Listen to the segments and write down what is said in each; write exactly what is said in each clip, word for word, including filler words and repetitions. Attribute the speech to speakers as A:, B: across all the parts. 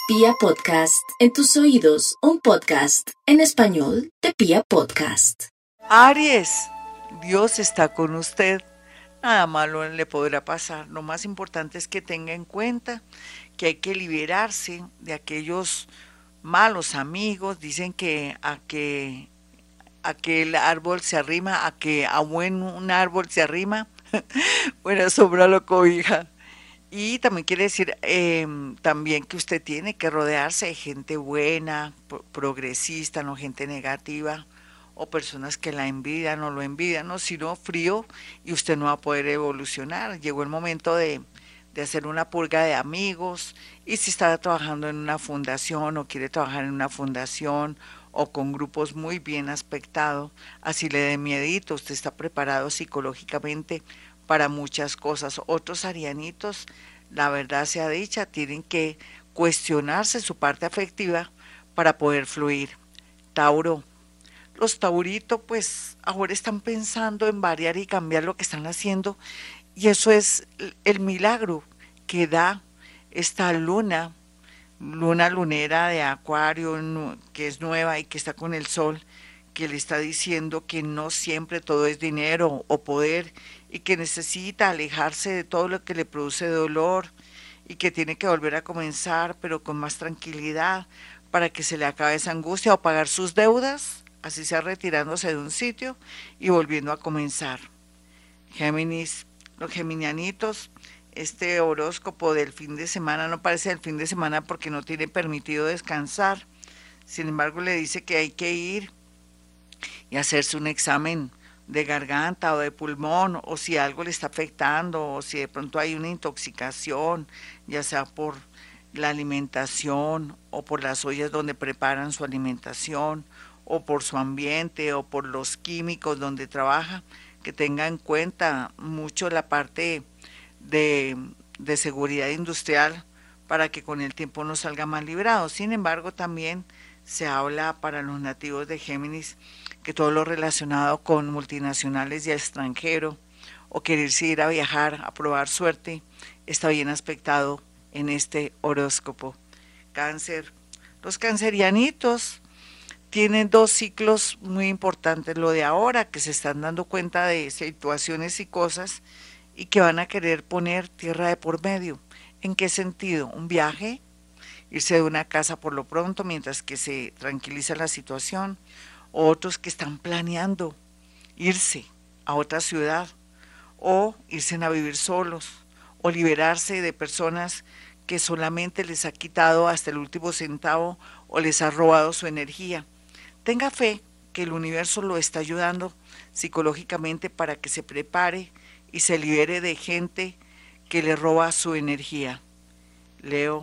A: Pia Podcast, en tus oídos, un podcast en español de Pia Podcast.
B: Aries, Dios está con usted. Nada malo le podrá pasar. Lo más importante es que tenga en cuenta que hay que liberarse de aquellos malos amigos. Dicen que a que aquel árbol se arrima, a que a buen un árbol se arrima, buena sombra lo cobija. Y también quiere decir eh, también que usted tiene que rodearse de gente buena, pro- progresista, no gente negativa o personas que la envidian o lo envidian, no, sino frío y usted no va a poder evolucionar. Llegó el momento de, de hacer una purga de amigos y si está trabajando en una fundación o quiere trabajar en una fundación o con grupos muy bien aspectados, así le dé miedito, usted está preparado psicológicamente para muchas cosas. Otros arianitos, la verdad sea dicha, tienen que cuestionarse su parte afectiva para poder fluir. Tauro, los tauritos pues ahora están pensando en variar y cambiar lo que están haciendo y eso es el milagro que da esta luna, luna lunera de Acuario, que es nueva y que está con el sol, que le está diciendo que no siempre todo es dinero o poder y que necesita alejarse de todo lo que le produce dolor y que tiene que volver a comenzar, pero con más tranquilidad, para que se le acabe esa angustia o pagar sus deudas, así sea retirándose de un sitio y volviendo a comenzar. Géminis, los geminianitos, este horóscopo del fin de semana no parece el fin de semana porque no tiene permitido descansar. Sin embargo, le dice que hay que ir y hacerse un examen de garganta o de pulmón, o si algo le está afectando, o si de pronto hay una intoxicación, ya sea por la alimentación, o por las ollas donde preparan su alimentación, o por su ambiente, o por los químicos donde trabaja, que tenga en cuenta mucho la parte de, de seguridad industrial para que con el tiempo no salga más librado. Sin embargo, también se habla para los nativos de Géminis que todo lo relacionado con multinacionales y extranjero o quererse ir a viajar, a probar suerte, está bien aspectado en este horóscopo. Cáncer. Los cancerianitos tienen dos ciclos muy importantes, lo de ahora, que se están dando cuenta de situaciones y cosas y que van a querer poner tierra de por medio. ¿En qué sentido? Un viaje, irse de una casa por lo pronto mientras que se tranquiliza la situación, o otros que están planeando irse a otra ciudad o irse a vivir solos o liberarse de personas que solamente les ha quitado hasta el último centavo o les ha robado su energía. Tenga fe que el universo lo está ayudando psicológicamente para que se prepare y se libere de gente que le roba su energía. Leo.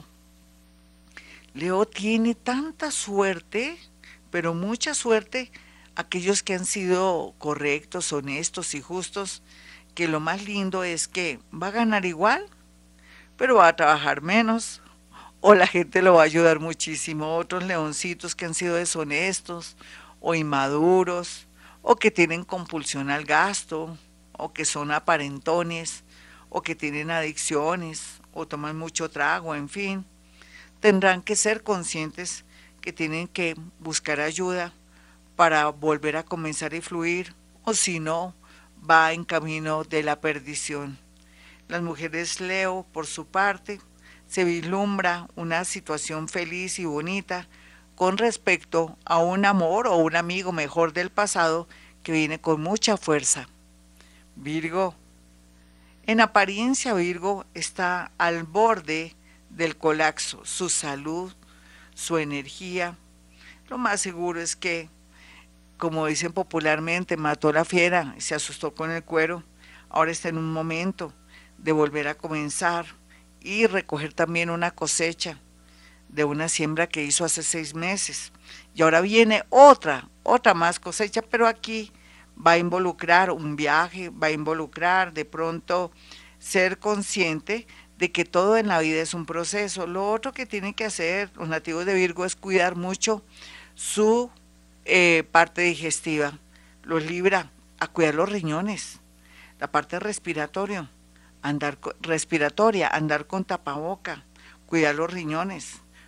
B: Leo tiene tanta suerte, pero mucha suerte, aquellos que han sido correctos, honestos y justos, que lo más lindo es que va a ganar igual, pero va a trabajar menos, o la gente lo va a ayudar muchísimo. Otros leoncitos que han sido deshonestos o inmaduros, o que tienen compulsión al gasto, o que son aparentones, o que tienen adicciones, o toman mucho trago, en fin, tendrán que ser conscientes que tienen que buscar ayuda para volver a comenzar y fluir, o si no, va en camino de la perdición. Las mujeres Leo, por su parte, se vislumbra una situación feliz y bonita con respecto a un amor o un amigo mejor del pasado que viene con mucha fuerza. Virgo. En apariencia, Virgo está al borde del colapso, su salud, su energía. Lo más seguro es que, como dicen popularmente, mató la fiera y se asustó con el cuero. Ahora está en un momento de volver a comenzar y recoger también una cosecha de una siembra que hizo hace seis meses. Y ahora viene otra, otra más cosecha, pero aquí va a involucrar un viaje, va a involucrar de pronto ser consciente de que todo en la vida es un proceso. Lo otro que tienen que hacer los nativos de Virgo es cuidar mucho su eh, parte digestiva. Los Libra, a cuidar los riñones, la parte respiratoria, andar, respiratoria, andar con tapaboca, cuidar los riñones,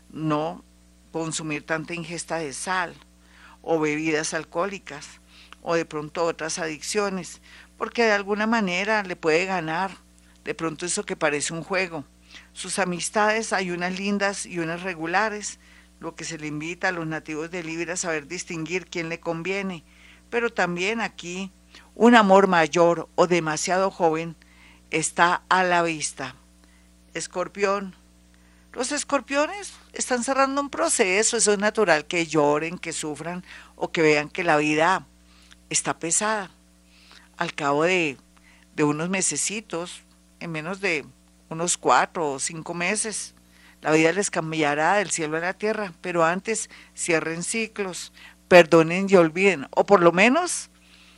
B: no consumir tanta ingesta de sal o bebidas alcohólicas o de pronto otras adicciones, porque de alguna manera le puede ganar de pronto eso que parece un juego. Sus amistades hay unas lindas y unas regulares, lo que se le invita a los nativos de Libra a saber distinguir quién le conviene, pero también aquí un amor mayor o demasiado joven está a la vista. Escorpión. Los escorpiones están cerrando un proceso, eso es natural que lloren, que sufran o que vean que la vida está pesada. Al cabo de, de unos mesecitos, en menos de unos cuatro o cinco meses, la vida les cambiará del cielo a la tierra, pero antes cierren ciclos, perdonen y olviden, o por lo menos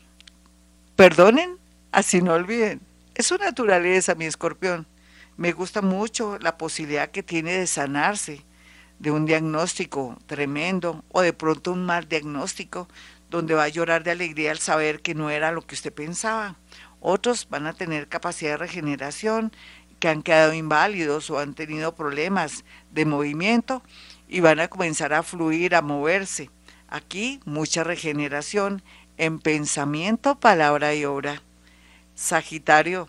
B: perdonen, así no olviden. Es su naturaleza, mi escorpión. Me gusta mucho la posibilidad que tiene de sanarse de un diagnóstico tremendo o de pronto un mal diagnóstico donde va a llorar de alegría al saber que no era lo que usted pensaba. Otros van a tener capacidad de regeneración, que han quedado inválidos o han tenido problemas de movimiento y van a comenzar a fluir, a moverse. Aquí mucha regeneración en pensamiento, palabra y obra. Sagitario.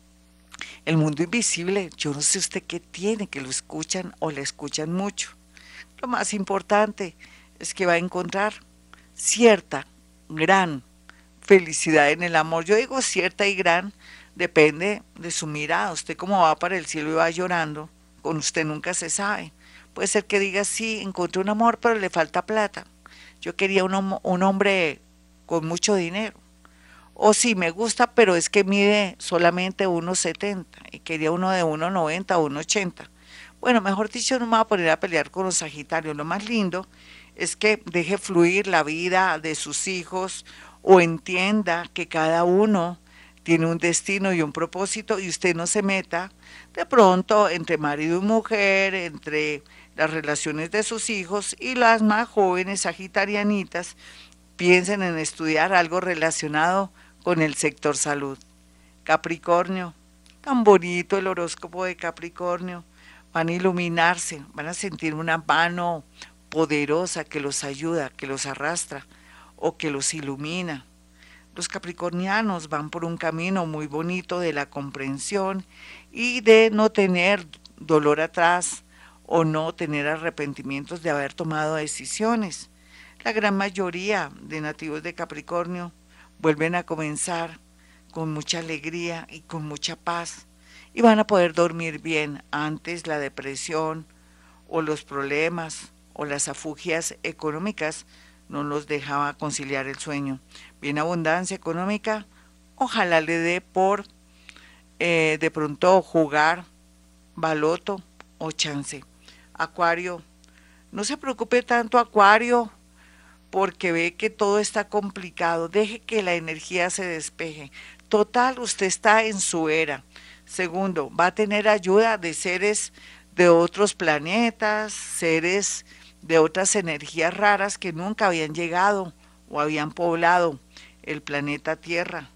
B: El mundo invisible, yo no sé usted qué tiene, que lo escuchan o le escuchan mucho. Lo más importante es que va a encontrar cierta, gran felicidad en el amor. Yo digo cierta y gran, depende de su mirada. Usted como va para el cielo y va llorando, con usted nunca se sabe. Puede ser que diga, sí, encontré un amor, pero le falta plata. Yo quería un, un hombre con mucho dinero. O sí, me gusta, pero es que mide solamente uno setenta y quería uno de uno noventa o uno ochenta. Bueno, mejor dicho, no me voy a poner a pelear con los Sagitarios. Lo más lindo es que deje fluir la vida de sus hijos o entienda que cada uno tiene un destino y un propósito y usted no se meta de pronto entre marido y mujer, entre las relaciones de sus hijos, y las más jóvenes sagitarianitas piensen en estudiar algo relacionado con el sector salud. Capricornio, tan bonito el horóscopo de Capricornio. Van a iluminarse, van a sentir una mano poderosa que los ayuda, que los arrastra o que los ilumina. Los capricornianos van por un camino muy bonito de la comprensión y de no tener dolor atrás o no tener arrepentimientos de haber tomado decisiones. La gran mayoría de nativos de Capricornio vuelven a comenzar con mucha alegría y con mucha paz y van a poder dormir bien. Antes la depresión o los problemas o las afugias económicas no los dejaba conciliar el sueño. Bien, abundancia económica, ojalá le dé por eh, de pronto jugar baloto o chance. Acuario, no se preocupe tanto, Acuario, porque ve que todo está complicado. Deje que la energía se despeje. Total, usted está en su era. Segundo, va a tener ayuda de seres de otros planetas, seres de otras energías raras que nunca habían llegado o habían poblado el planeta Tierra.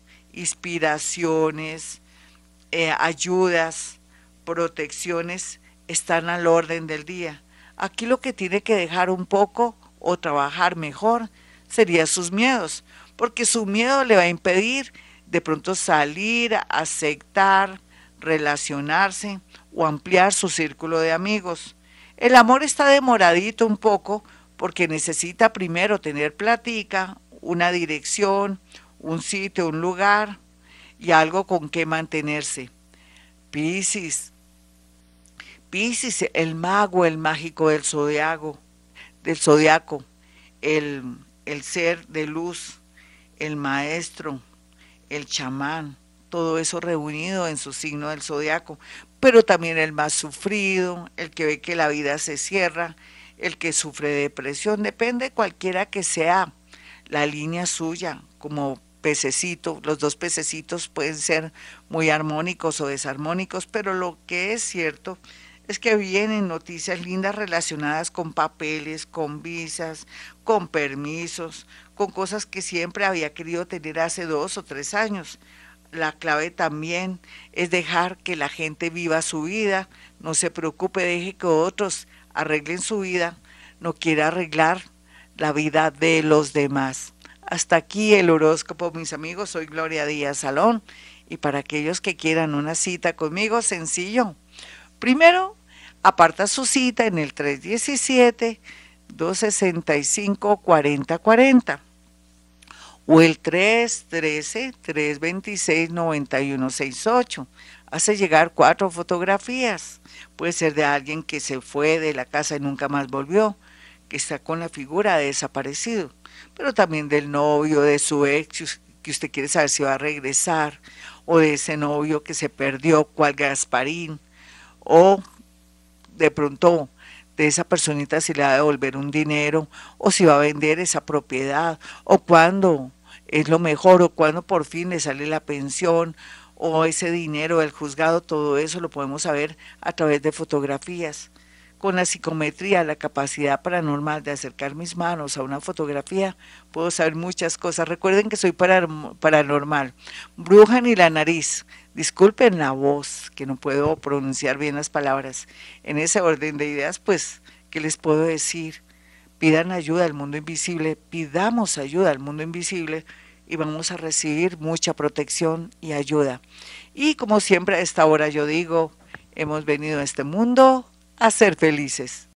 B: Inspiraciones, eh, ayudas, protecciones están al orden del día. Aquí lo que tiene que dejar un poco o trabajar mejor serían sus miedos, porque su miedo le va a impedir de pronto salir, aceptar, relacionarse o ampliar su círculo de amigos. El amor está demoradito un poco porque necesita primero tener platica, una dirección, un sitio, un lugar y algo con que mantenerse. Piscis, Piscis, el mago, el mágico del zodiaco, del zodiaco, el, el ser de luz, el maestro, el chamán, todo eso reunido en su signo del zodiaco, pero también el más sufrido, el que ve que la vida se cierra, el que sufre depresión, depende cualquiera que sea la línea suya, como pececito, los dos pececitos pueden ser muy armónicos o desarmónicos, pero lo que es cierto es que vienen noticias lindas relacionadas con papeles, con visas, con permisos, con cosas que siempre había querido tener hace dos o tres años. La clave también es dejar que la gente viva su vida, no se preocupe, deje que otros arreglen su vida, no quiere arreglar la vida de los demás. Hasta aquí el horóscopo, mis amigos. Soy Gloria Díaz Salón y para aquellos que quieran una cita conmigo, sencillo. Primero, aparta su cita en el tres diecisiete, dos sesenta y cinco, cuarenta cuarenta o el tres trece, tres veintiséis, noventa y uno sesenta y ocho. Hace llegar cuatro fotografías. Puede ser de alguien que se fue de la casa y nunca más volvió, que está con la figura de desaparecido, pero también del novio, de su ex, que usted quiere saber si va a regresar, o de ese novio que se perdió, cual Gasparín, o de pronto de esa personita si le va a devolver un dinero, o si va a vender esa propiedad, o cuándo es lo mejor, o cuándo por fin le sale la pensión, o ese dinero del juzgado. Todo eso lo podemos saber a través de fotografías. Con la psicometría, la capacidad paranormal de acercar mis manos a una fotografía, puedo saber muchas cosas. Recuerden que soy paranormal. Bruja ni la nariz. Disculpen la voz, que no puedo pronunciar bien las palabras. En ese orden de ideas, pues, ¿qué les puedo decir? Pidan ayuda al mundo invisible, pidamos ayuda al mundo invisible y vamos a recibir mucha protección y ayuda. Y como siempre a esta hora yo digo, hemos venido a este mundo a ser felices.